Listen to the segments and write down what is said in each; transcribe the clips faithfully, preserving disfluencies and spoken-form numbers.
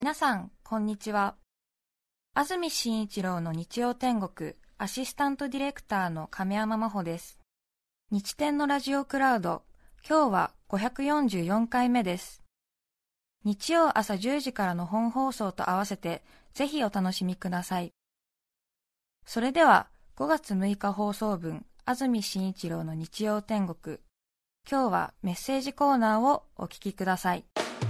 皆さんこんにちは。安住紳一郎の日曜天国アシスタントディレクターの亀山真帆です。日天のラジオクラウド、今日はごひゃくよんじゅうよんかいめです。日曜朝じゅうじからの本放送と合わせてぜひお楽しみください。それではごがつむいか放送分、安住紳一郎の日曜天国、今日はメッセージコーナーをお聞きください。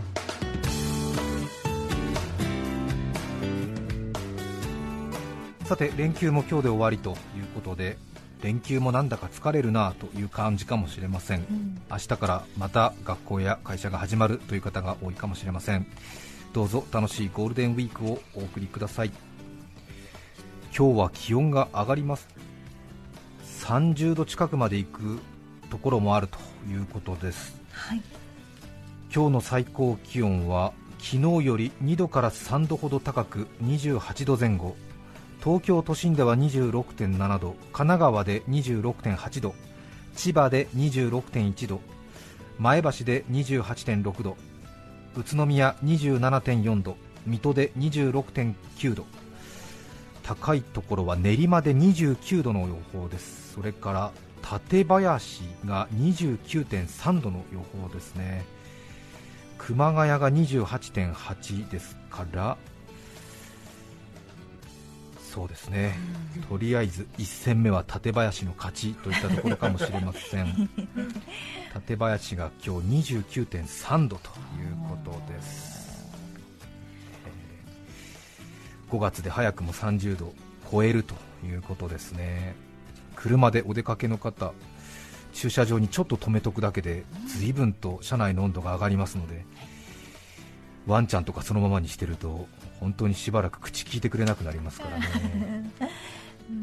さて、連休も今日で終わりということで、連休もなんだか疲れるなという感じかもしれません、うん、明日からまた学校や会社が始まるという方が多いかもしれません。どうぞ楽しいゴールデンウィークをお送りください。今日は気温が上がります。さんじゅうど近くまで行くところもあるということです、はい、今日の最高気温は昨日よりにどからさんどほど高くにじゅうはちどぜん後、東京都心では にじゅうろくてんななど、神奈川で にじゅうろくてんはちど、千葉で にじゅうろくてんいちど、前橋で にじゅうはちてんろくど、宇都宮 にじゅうななてんよんど、水戸で にじゅうろくてんきゅうど、高いところは練馬でにじゅうきゅうどの予報です。それから館林が にじゅうきゅうてんさんどの予報ですね。熊谷が にじゅうはちてんはち ですから、そうですね、とりあえずいち戦目は館林の勝ちといったところかもしれません館林が今日 にじゅうきゅうてんさんどということです、えー、ごがつで早くもさんじゅうど超えるということですね。車でお出かけの方、駐車場にちょっと止めとくだけで随分と車内の温度が上がりますので、ワンちゃんとかそのままにしてると本当にしばらく口聞いてくれなくなりますからねうん、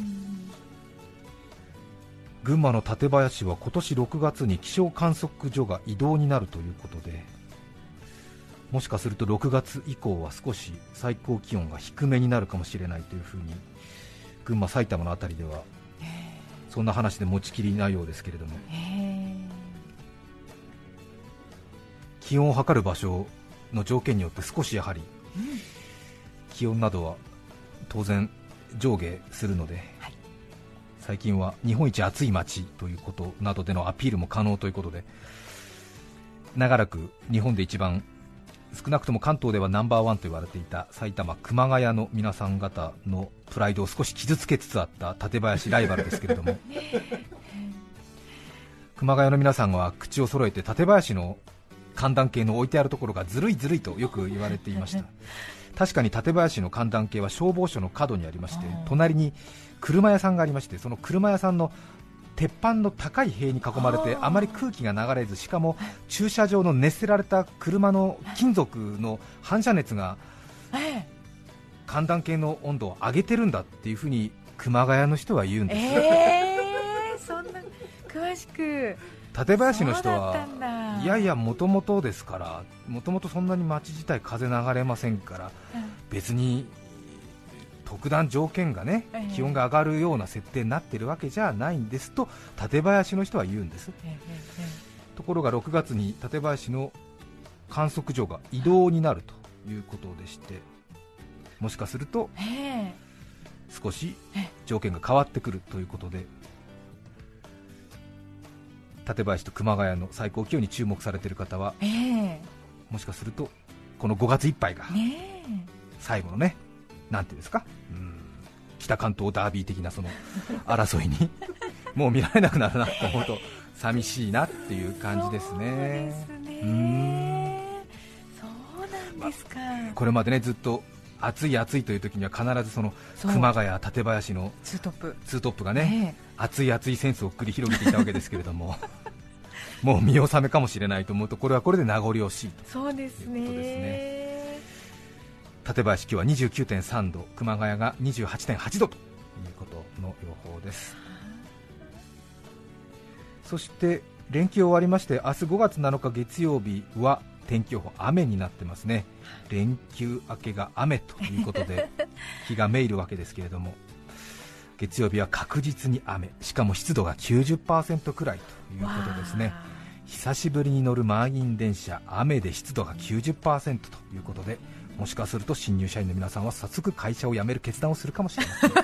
群馬の館林は今年ろくがつに気象観測所が異動になるということで、もしかするとろくがつ以降は少し最高気温が低めになるかもしれないというふうに、群馬埼玉のあたりではそんな話で持ちきりなようですけれども、気温を測る場所の条件によって少しやはり気温などは当然上下するので、はい、最近は日本一暑い街ということなどでのアピールも可能ということで、長らく日本で一番、少なくとも関東ではナンバーワンと言われていた埼玉熊谷の皆さん方のプライドを少し傷つけつつあった館林ライバルですけれども熊谷の皆さんは口を揃えて館林の寒暖計の置いてあるところがずるいずるいとよく言われていました確かに館林の寒暖計は消防署の角にありまして、隣に車屋さんがありまして、その車屋さんの鉄板の高い塀に囲まれてあまり空気が流れず、しかも駐車場の熱せられた車の金属の反射熱が寒暖計の温度を上げてるんだっていうふうに熊谷の人は言うんです、 えー、そんな詳しく。 館林の人はいやいや、もともとですから、もともとそんなに街自体風流れませんから、うん、別に特段条件がね、えー、気温が上がるような設定になっているわけじゃないんですと館林の人は言うんです、えーえー、ところがろくがつに館林の観測所が異動になるということでして、もしかすると、えー、少し条件が変わってくるということで、館林と熊谷の最高気温に注目されている方は、えー、もしかするとこのごがついっぱいが最後のね、なんていうんですか、うーん、北関東ダービー的なその争いにもう見られなくなるなと思うと寂しいなっていう感じですね。 そうですね、うーん、そうなんですか、まあ、 これまでねずっと暑い暑いという時には必ずその熊谷、館林のツートップ、 ツートップがね、えー、熱い熱いセンスを繰り広げていたわけですけれどももう見納めかもしれないと思うと、これはこれで名残惜しいということですね。そうですね、館林今日は にじゅうきゅうてんさんど、熊谷が にじゅうはちてんはちどということの予報です。そして連休終わりまして、明日ごがつなのか月曜日は天気予報雨になってますね。連休明けが雨ということで気がめいるわけですけれども、月曜日は確実に雨、しかも湿度が きゅうじゅっパーセント くらいということですね。久しぶりに乗る満員電車、雨で湿度が きゅうじゅっパーセント ということでもしかすると新入社員の皆さんは早速会社を辞める決断をするかもしれません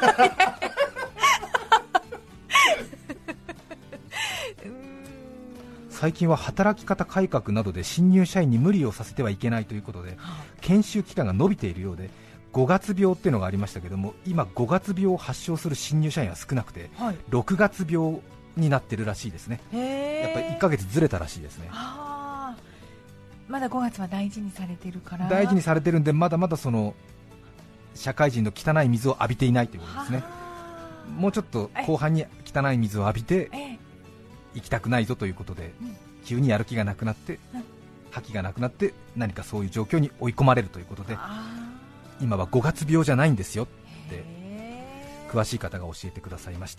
最近は働き方改革などで新入社員に無理をさせてはいけないということで研修期間が伸びているようで、ごがつ病っていうのがありましたけども、今ごがつ病を発症する新入社員は少なくて、はい、ろくがつ病になってるらしいですね。やっぱりいっかげつずれたらしいですね。 あ、まだごがつは大事にされてるから大事にされてるんで、まだまだその社会人の汚い水を浴びていないということですね。もうちょっと後半に汚い水を浴びて行きたくないぞということで、うん、急にやる気がなくなって、うん、覇気がなくなって何かそういう状況に追い込まれるということで、今はごがつ病じゃないんですよって詳しい方が教えてくださいました。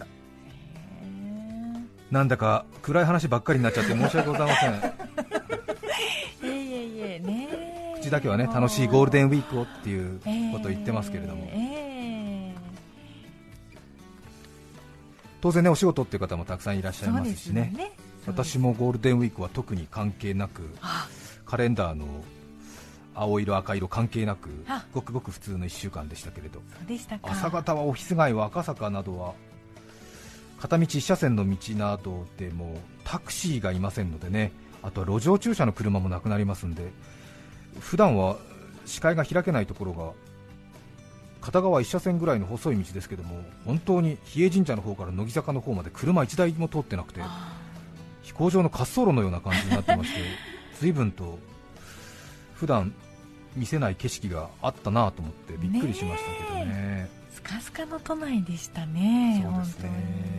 なんだか暗い話ばっかりになっちゃって申し訳ございませんいえいえいえね、 口だけはね楽しいゴールデンウィークをっていうことを言ってますけれども、えーえー、当然ねお仕事っていう方もたくさんいらっしゃいますし ね, ね私もゴールデンウィークは特に関係なく、カレンダーの青色赤色関係なくごくごく普通のいっしゅうかんでしたけれど、 そうでしたか。 朝方はオフィス街は赤坂などは片道いっ車線の道などでもタクシーがいませんのでね、あとは路上駐車の車もなくなりますんで、普段は視界が開けないところが片側いっ車線ぐらいの細い道ですけども、本当に比叡神社の方から乃木坂の方まで車いちだいも通ってなくて、飛行場の滑走路のような感じになってまして随分と普段見せない景色があったなと思ってびっくりしましたけどね。 スカスカの都内でしたね。 そうですね。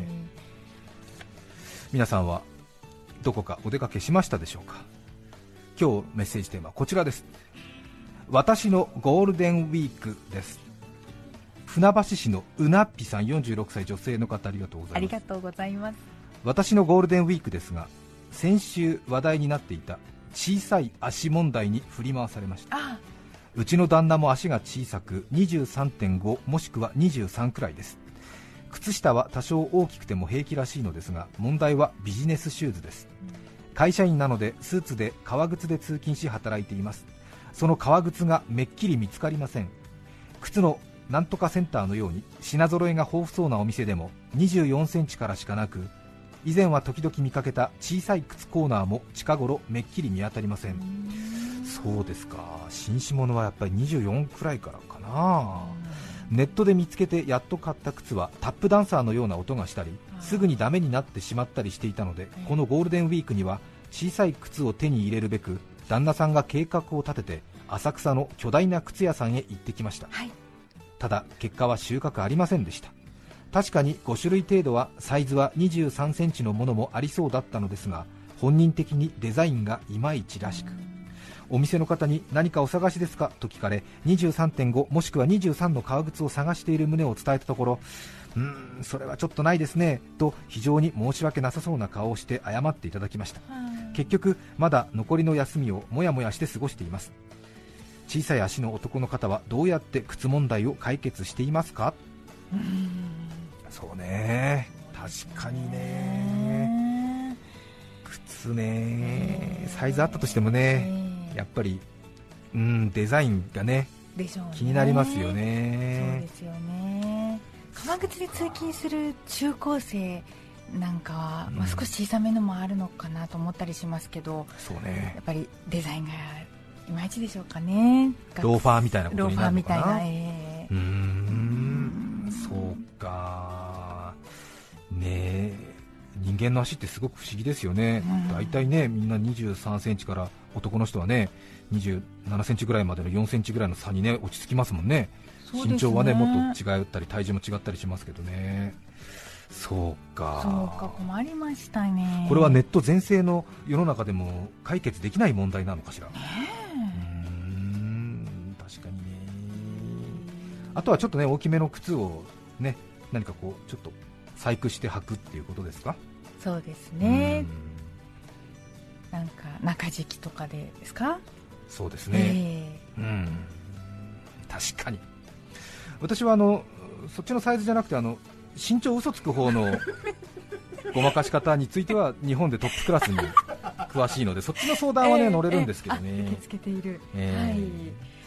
皆さんはどこかお出かけしましたでしょうか。今日メッセージテーマはこちらです。私のゴールデンウィークです。船橋市のうなっぴさん、よんじゅうろくさい女性の方、ありがとうございます。 ありがとうございます。 私のゴールデンウィークですが、先週話題になっていた小さい足問題に振り回されました。ああ、うちの旦那も足が小さく にじゅうさんてんご もしくはにじゅうさんくらいです。靴下は多少大きくても平気らしいのですが、問題はビジネスシューズです。会社員なのでスーツで革靴で通勤し働いています。その革靴がめっきり見つかりません。靴のなんとかセンターのように品揃えが豊富そうなお店でもにじゅうよんセンチからしかなく、以前は時々見かけた小さい靴コーナーも近頃めっきり見当たりません。そうですか、紳士物はやっぱりにじゅうよんくらいからかな。ネットで見つけてやっと買った靴はタップダンサーのような音がしたりすぐにダメになってしまったりしていたので、このゴールデンウィークには小さい靴を手に入れるべく旦那さんが計画を立てて浅草の巨大な靴屋さんへ行ってきました、はい、ただ結果は収穫ありませんでした。確かにごしゅるい程度はサイズはにじゅうさんセンチのものもありそうだったのですが、本人的にデザインがいまいちらしく、お店の方に何かお探しですかと聞かれ、 にじゅうさんてんご もしくはにじゅうさんの革靴を探している旨を伝えたところ、うーんそれはちょっとないですねと非常に申し訳なさそうな顔をして謝っていただきました。結局まだ残りの休みをもやもやして過ごしています。小さい足の男の方はどうやって靴問題を解決していますか。うーんそうね、確かにね、靴ね、サイズあったとしてもね、やっぱりうんデザインがねでしょうね、 気になりますよね。 そうですよね。革靴で通勤する中高生なんかは、まあ、少し小さめのもあるのかなと思ったりしますけど、 そうね、 やっぱりデザインがいまいちでしょうかね。 ローファーみたいなことになるのかな。 ローファーみたいな、えー、 うーんそうかねえ、人間の足ってすごく不思議ですよね。だいたいねみんなにじゅうさんセンチから男の人はねにじゅうななセンチぐらいまでのよんセンチぐらいの差にね落ち着きますもんね。身長はねもっと違ったり体重も違ったりしますけどね。そうかそうか、困りましたね。 これはネット全盛の世の中でも解決できない問題なのかしら。ね、うーん確かにね。あとはちょっとね大きめの靴をね何かこうちょっと細工して履くっていうことですか。 そうですね。なんか中敷きとかでですか。 そうですね、えー、うん確かに私はあのそっちのサイズじゃなくてあの身長嘘つく方のごまかし方については日本でトップクラスに詳しいのでそっちの相談はね、えー、乗れるんですけどね。 受け付けている、 えーはい、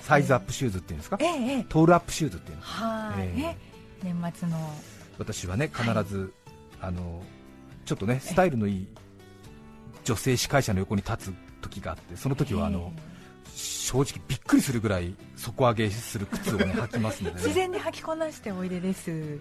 サイズアップシューズっていうんですか、 ええ、 トールアップシューズっていうの、 はい、 えーね、年末の私はね必ず、はい、あのちょっとねスタイルのいい女性司会者の横に立つ時があって、その時はあの正直びっくりするぐらい底上げする靴を、ね、履きますので、ね、 自然に履きこなしておいでです。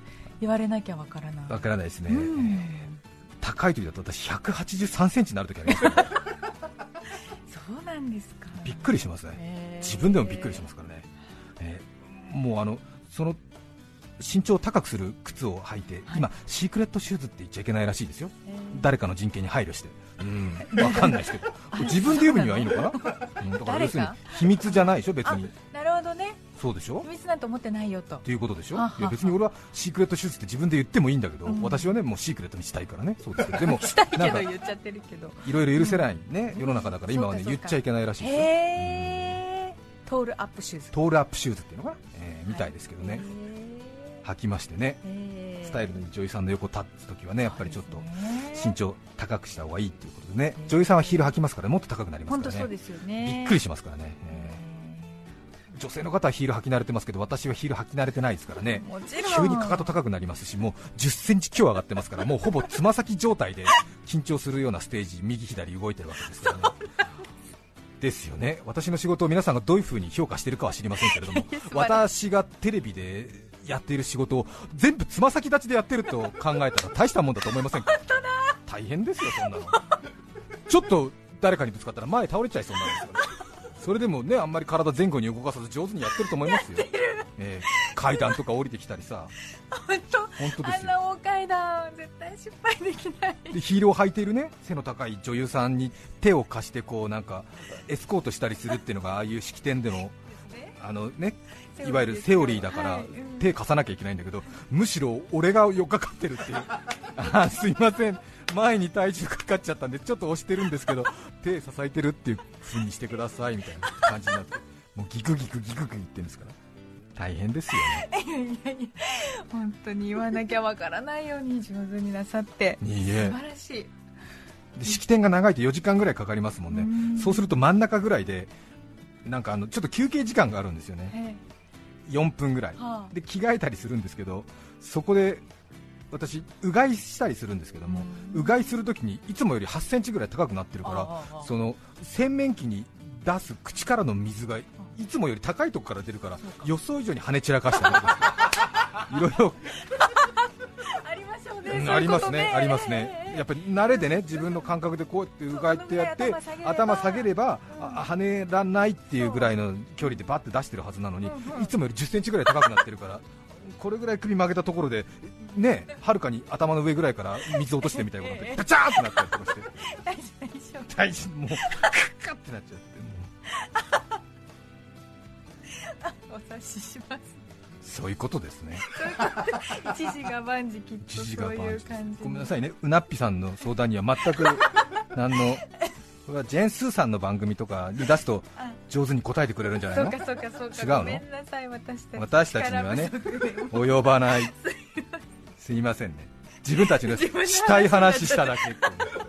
言われなきゃわからない。 わからないですね、 うん、 えー、高い時だと私ひゃくはちじゅうさんセンチになる時あります、ね、 そうなんですか。 びっくりしますね、自分でもびっくりしますからね、えー、もうあのその身長を高くする靴を履いて、はい、今シークレットシューズって言っちゃいけないらしいですよ、誰かの人権に配慮して、うん、分かんないですけど自分で言う分にはいいのかな、うん、だから要するに秘密じゃないでしょ別に。 なるほどね、 そうでしょ、 秘密なんて思ってないよとっていうことでしょ。いや別に俺はシークレットシューズって自分で言ってもいいんだけど、うん、私はねもうシークレットにしたいからね。そうですけど、でもしたいけど言っちゃってるけどいろいろ許せないね、うん、世の中だから今はね言っちゃいけないらしいですよ。 へー、トールアップシューズ、 トールアップシューズっていうのかな、えー、みたいですけどね、履きましてね、スタイルの女優さんの横立つときはねやっぱりちょっと身長高くした方がいいということでね、女優さんはヒール履きますからもっと高くなりますからね。 本当そうですよね、 びっくりしますからね、えー、女性の方はヒール履き慣れてますけど私はヒール履き慣れてないですからね、急にかかと高くなりますし、もうじゅっセンチ強上がってますから、もうほぼつま先状態で緊張するようなステージ右左動いてるわけですからねですよね。私の仕事を皆さんがどういう風に評価しているかは知りませんけれども私がテレビでやっている仕事を全部つま先立ちでやってると考えたら大したもんだと思いませんか。大変ですよそんなのちょっと誰かにぶつかったら前倒れちゃいそうなんですからそれでもねあんまり体前後に動かさず上手にやってると思いますよ、えー、階段とか降りてきたりさ本当本当ですよ。 あんな大階段絶対失敗できないでヒールを履いているね背の高い女優さんに手を貸してこうなんかエスコートしたりするっていうのがああいう式典でのあのねいわゆるセオリーだから、はい、うん、手貸さなきゃいけないんだけどむしろ俺がよっかかってるっていうあすいません前に体重かかっちゃったんでちょっと押してるんですけど手支えてるっていう風にしてくださいみたいな感じになってもうギクギクギクギク言ってるんですから大変ですよねいやいやいや本当に言わなきゃわからないように上手になさっていいえ素晴らしい。 で式典が長いとよじかんぐらいかかりますもんね。んそうすると真ん中ぐらいでなんかあのちょっと休憩時間があるんですよね、よんぷんぐらい、はあ、で着替えたりするんですけどそこで私うがいしたりするんですけども、うがいするときにいつもよりはちセンチぐらい高くなってるから、その洗面器に出す口からの水がいつもより高いところから出るから予想以上に跳ね散らかしてるんですよいろいろありますよね、 うん、ありますね、ありますね。やっぱり慣れでね自分の感覚でこうやってうがいってやって頭下げれば、うん、あ跳ねらないっていうぐらいの距離でバッて出してるはずなのに、うんうん、いつもよりじゅっセンチぐらい高くなってるからこれぐらい首曲げたところでねはるかに頭の上ぐらいから水落としてみたいなことでガチャーってなったりとかして大丈夫大丈夫大丈夫もうカッカッってなっちゃってもうお察しします。 そういうことですね一時が万事きっとそういう感じ。 ごめんなさいねうなっぴさんの相談には全く何のこれはジェーン・スーさんの番組とかに出すと上手に答えてくれるんじゃないの。 そうかそうかそうか違うの。 ごめんなさい私たち私たちにはね及ばないすいませんね自分たちのしたい話しただけ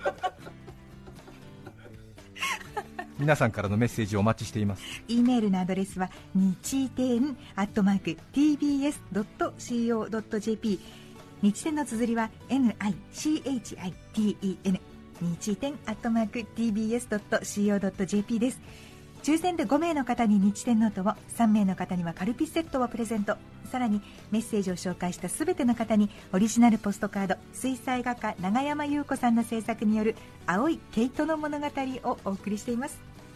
皆さんからのメッセージをお待ちしています。 E メールのアドレスは日天アットマーク ティービーエスドットシーオードットジェーピー 日天の綴りは エヌアイシーエイチアイティーイーエヌ 日天アットマーク ティービーエスドットシーオードットジェーピー です。抽選でごめいの方に日天ノートを、さんめいの方にはカルピスセットをプレゼント。さらにメッセージを紹介したすべての方にオリジナルポストカード、水彩画家永山優子さんの制作による青い毛糸の物語をお送りしています。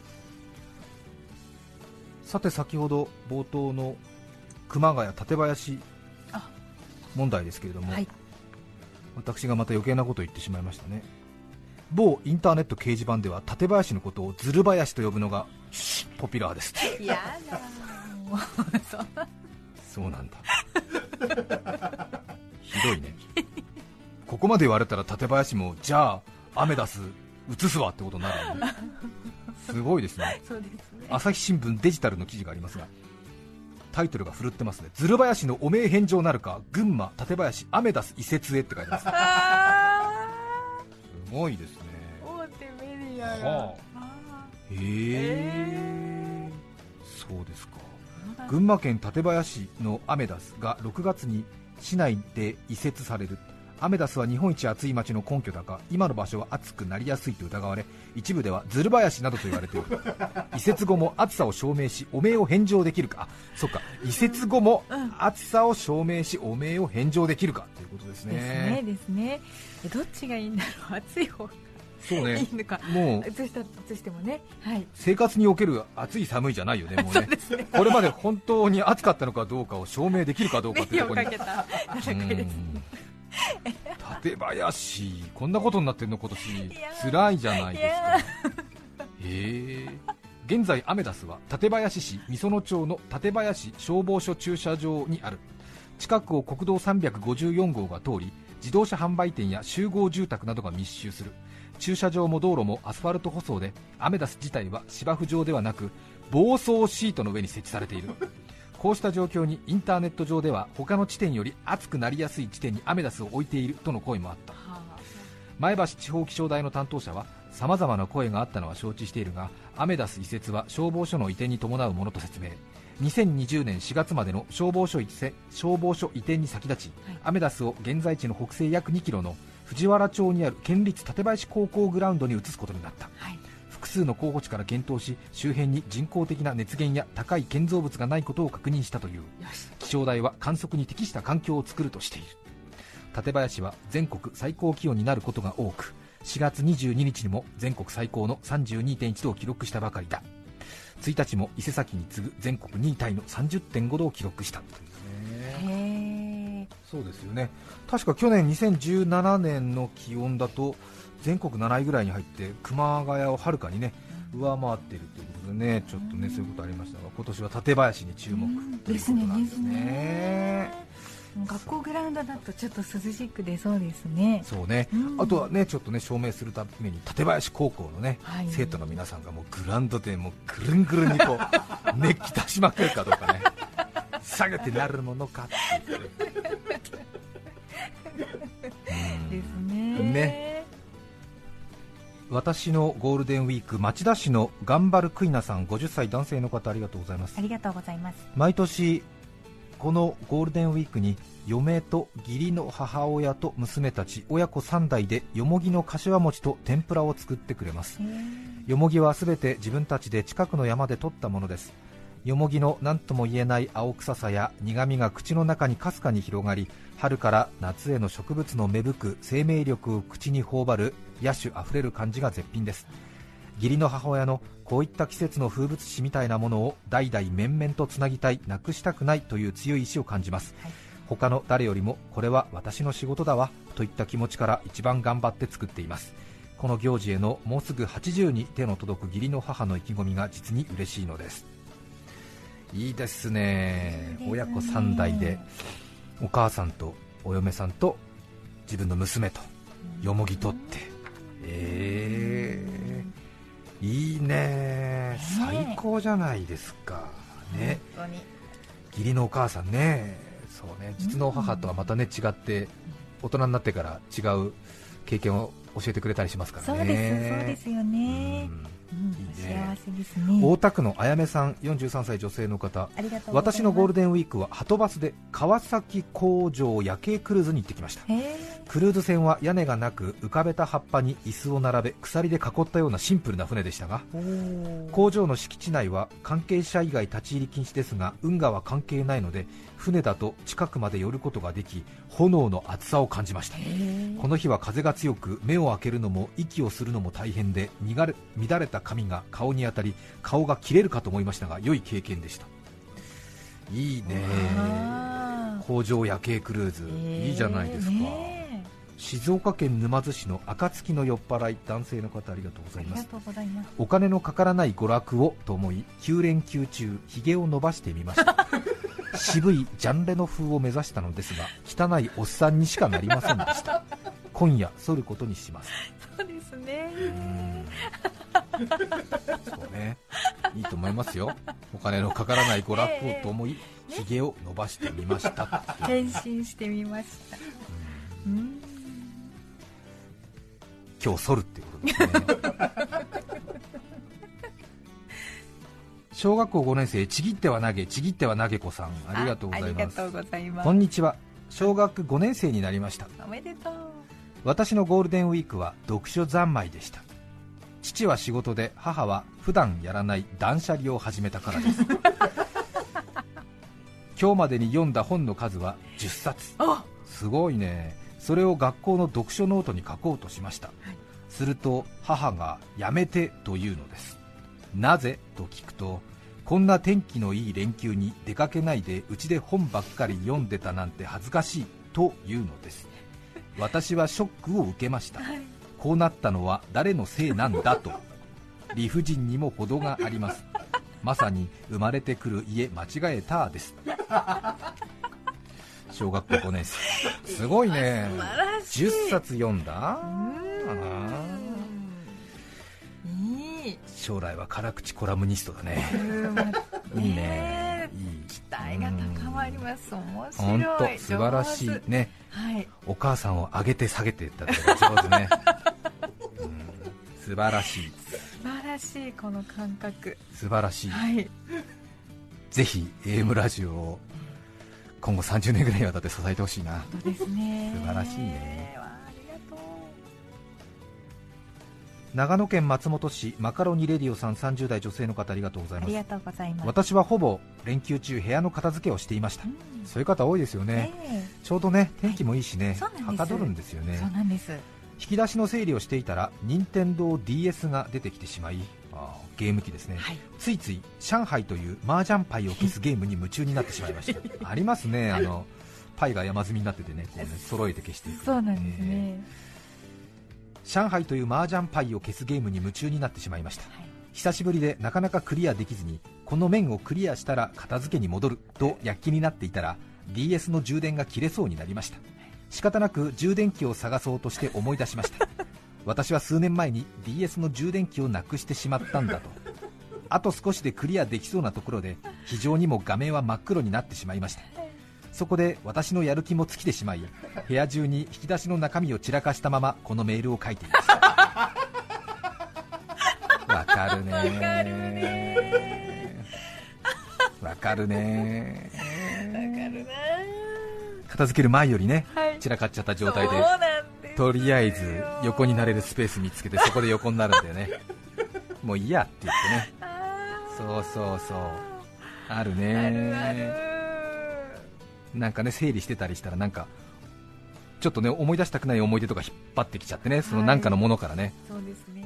さて先ほど冒頭の熊谷館林問題ですけれども、はい、私がまた余計なことを言ってしまいましたね。某インターネット掲示板では館林のことをずる林と呼ぶのがポピュラーです。 やだもうそうなんだひどいねここまで言われたら館林もじゃあアメダス移すわってことになるよねすごいですね。 そうですね。 朝日新聞デジタルの記事がありますがタイトルが振るってますね。ずる林の汚名返上なるか群馬館林アメダス移設へって書いてます。すごいですね。 大手メディアが、 はあ、へえー、そうですか。 群馬県館林のアメダスがろくがつに市内で移設される。アメダスは日本一暑い町の根拠だが、今の場所は暑くなりやすいと疑われ、一部ではズル林などと言われている。移設後も暑さを証明し汚名を返上できるか。あ、そっか、移設後も暑さを証明し汚名を返上できるかということですね。 ですねですね。どっちがいいんだろう。暑い方がそうね、 いいのか、 もう移した移してもね、はい、 生活における暑い寒いじゃないよね、もう ね, うねこれまで本当に暑かったのかどうかを証明できるかどうかっていうところに館林、こんなことになってるの今年、辛いじゃないですか。へー、現在アメダスは館林市美園町の館林消防署駐車場にある。近くを国道さんびゃくごじゅうよんごうが通り、自動車販売店や集合住宅などが密集する。駐車場も道路もアスファルト舗装で、アメダス自体は芝生上ではなく防草シートの上に設置されている。こうした状況にインターネット上では他の地点より暑くなりやすい地点にアメダスを置いているとの声もあった。前橋地方気象台の担当者は、様々な声があったのは承知しているが、アメダス移設は消防署の移転に伴うものと説明。にせんにじゅうねんしがつまでの消防署移転、消防署移転に先立ち、はい、アメダスを現在地の北西約にキロの藤原町にある県立館林高校グラウンドに移すことになった、はい、複数の候補地から検討し、周辺に人工的な熱源や高い建造物がないことを確認したという。気象台は観測に適した環境を作るとしている。館林は全国最高気温になることが多く、しがつにじゅうににちにも全国最高の さんじゅうにてんいちどを記録したばかりだ。ついたちも伊勢崎に次ぐ全国にいタイの さんじゅってんごどを記録した。へー、そうですよね。確か去年にせんじゅうななねんの気温だと全国なないぐらいに入って熊谷をはるかにね上回っているということでね、ちょっとねそういうことありましたが、今年は館林に注目ということなんですね。 学校グラウンドだとちょっと涼しく出そうですね。 そうね、うん、あとはねちょっとね証明するために館林高校のね、はい、生徒の皆さんがもうグラウンドでもうぐるんぐるんにこう熱気出しまくるかどうかね下げてなるものかっていう、 うん、ですね。 ね、私のゴールデンウィーク、町田市の頑張るクイナさん、ごじゅっさい男性の方、ありがとうございます。 ありがとうございます。 毎年このゴールデンウィークに嫁と義理の母親と娘たち親子さんだいでよもぎのかしわ餅と天ぷらを作ってくれます。よもぎはすべて自分たちで近くの山で採ったものです。よもぎの何とも言えない青臭さや苦みが口の中にかすかに広がり、春から夏への植物の芽吹く生命力を口に頬張る野趣あふれる感じが絶品です。義理の母親のこういった季節の風物詩みたいなものを代々面々とつなぎたい、なくしたくないという強い意志を感じます、はい、他の誰よりもこれは私の仕事だわといった気持ちから一番頑張って作っています。この行事へのもうすぐはちじゅうに手の届く義理の母の意気込みが実に嬉しいのです。いいですね。親子さんだいでお母さんとお嫁さんと自分の娘とよもぎ取って、えーいいね、最高じゃないですかね。義理のお母さんね、そうね、実の母とはまたね違って大人になってから違う経験を教えてくれたりしますからね。 そうですそうですよね。うん、いいね、幸せですね。 大田区のあやめさん、よんじゅうさんさい女性の方、私のゴールデンウィークははとバスで川崎工場夜景クルーズに行ってきました。クルーズ船は屋根がなく浮かべた葉っぱに椅子を並べ鎖で囲ったようなシンプルな船でしたが、工場の敷地内は関係者以外立ち入り禁止ですが運河は関係ないので船だと近くまで寄ることができ、炎の熱さを感じました。この日は風が強く目を開けるのも息をするのも大変で、乱れ、乱れた髪が顔に当たり顔が切れるかと思いましたが良い経験でした。いいね、工場夜景クルーズ、いいじゃないですか、ね。静岡県沼津市の暁の酔っ払い、男性の方、ありがとうございます。お金のかからない娯楽をと思いきゅう連休中ひげを伸ばしてみました渋いジャンレの風を目指したのですが汚いおっさんにしかなりませんでした今夜剃ることにします。 そうですね、 うーんそうね、いいと思いますよ。お金のかからない娯楽をと思いひげを伸ばしてみました変身してみました。うん、うん今日剃るっていうことですね小学校ごねん生、ちぎっては投げちぎっては投げ子さん、ありがとうございます。 ありがとうございます。 こんにちは。小学ごねん生になりました。 おめでとう。 私のゴールデンウィークは読書三昧でした。父は仕事で、母は普段やらない断捨離を始めたからです今日までに読んだ本の数はじゅっさつ。すごいね。それを学校の読書ノートに書こうとしました、はい、すると母がやめてというのです。なぜと聞くと、こんな天気のいい連休に出かけないでうちで本ばっかり読んでたなんて恥ずかしいというのです。私はショックを受けました、はい、こうなったのは誰のせいなんだと。理不尽にも程があります。まさに生まれてくる家間違えたです。小学校ごねん生、すごいね。じゅっさつ読んだ。いい。将来は辛口コラムニストだね。いいね。いい。 期待が高まります。面白い。 本当素晴らしいね、 はい、 お母さんを上げて下げてったって上手ね、うん、素晴らしい。 素晴らしい、この感覚素晴らしい、 はい、ぜひ エーエム ラジオを今後さんじゅうねんぐらいにわたって支えてほしいな。 本当ですね。 素晴らしいね。 ありがとう。 長野県松本市マカロニレディオさん、さんじゅう代女性の方、ありがとうございます。 ありがとうございます。 私はほぼ連休中部屋の片付けをしていました、うん、そういう方多いですよね、えー、ちょうどね天気もいいしね、はい、はかどるんですよね。 そうなんです。 引き出しの整理をしていたら任天堂 ディーエス が出てきてしまい、あゲーム機ですね、はい、ついつい上海という麻雀パイを消すゲームに夢中になってしまいましたありますね、あのパイが山積みになっててね、こうね揃えて消していく。 そうなんですね、えー、上海という麻雀パイを消すゲームに夢中になってしまいました、はい、久しぶりでなかなかクリアできずに、この面をクリアしたら片付けに戻ると躍起になっていたら ディーエス の充電が切れそうになりました。仕方なく充電器を探そうとして思い出しました私は数年前に ディーエス の充電器をなくしてしまったんだと。あと少しでクリアできそうなところで非常にも画面は真っ黒になってしまいました。そこで私のやる気も尽きてしまい、部屋中に引き出しの中身を散らかしたままこのメールを書いていましたわかるねわかるねわかるねわかるな。 片付ける前よりね、 はい、 散らかっちゃった状態 で, でとりあえず横になれるスペース見つけてそこで横になるんだよねもういいやって言ってね。そうそうそう、あるね。 あるある。 なんかね整理してたりしたらなんかちょっとね思い出したくない思い出とか引っ張ってきちゃってね、そのなんかのものからね、 そうですね、 うん、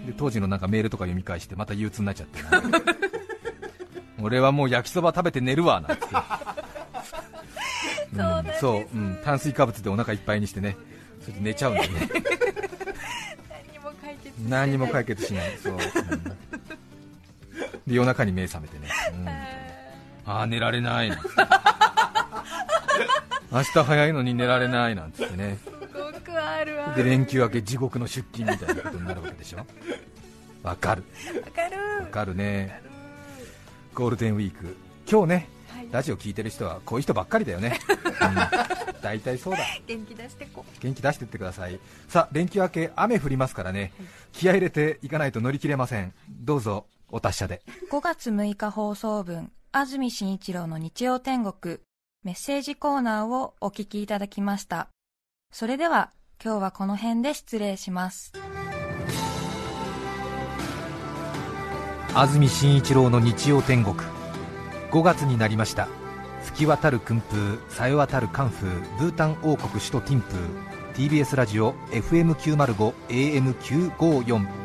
で当時のなんかメールとか読み返してまた憂鬱になっちゃって俺はもう焼きそば食べて寝るわなんてうん、そう、うん、炭水化物でお腹いっぱいにしてね、それで寝ちゃうんだよね何も解決しない。 何も解決しない。そう、うん、で夜中に目覚めてね、うん、ああ寝られないなんて明日早いのに寝られないなんつってね。 すごくあるわ。 で連休明け地獄の出勤みたいなことになるわけでしょ。わかるわかるわかるね。ゴールデンウィーク今日ね、はい、ラジオ聞いてる人はこういう人ばっかりだよね、うん、大体そうだ。 元気出してこ元気出してってください。さあ連休明け雨降りますからね、はい、気合い入れていかないと乗り切れません。どうぞお達者で。 ごがつむいか放送分、安住紳一郎の日曜天国メッセージコーナーをお聞きいただきました。それでは今日はこの辺で失礼します。 安住紳一郎の日曜天国、ごがつになりました。吹き渡る訓風、さえ渡るカンフー、ブータン王国首都ティンプー、 ティービーエス ラジオ エフエムきゅうまるご エーエムきゅうごよん。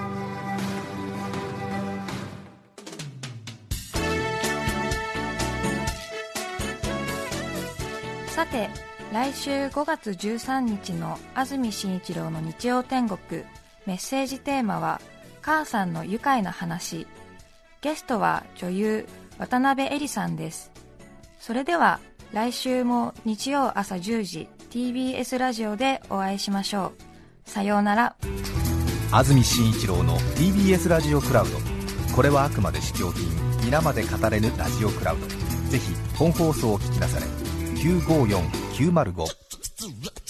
さて来週ごがつじゅうさんにちの安住紳一郎の日曜天国、メッセージテーマは母さんの愉快な話。ゲストは女優渡辺恵里さんです。それでは来週も日曜朝じゅうじ ティービーエス ラジオでお会いしましょう。さようなら。 安住紳一郎の ティービーエス ラジオクラウド、これはあくまで試供品、皆まで語れぬラジオクラウド。ぜひ本放送を聞きなされ。きゅうごよん きゅうまるご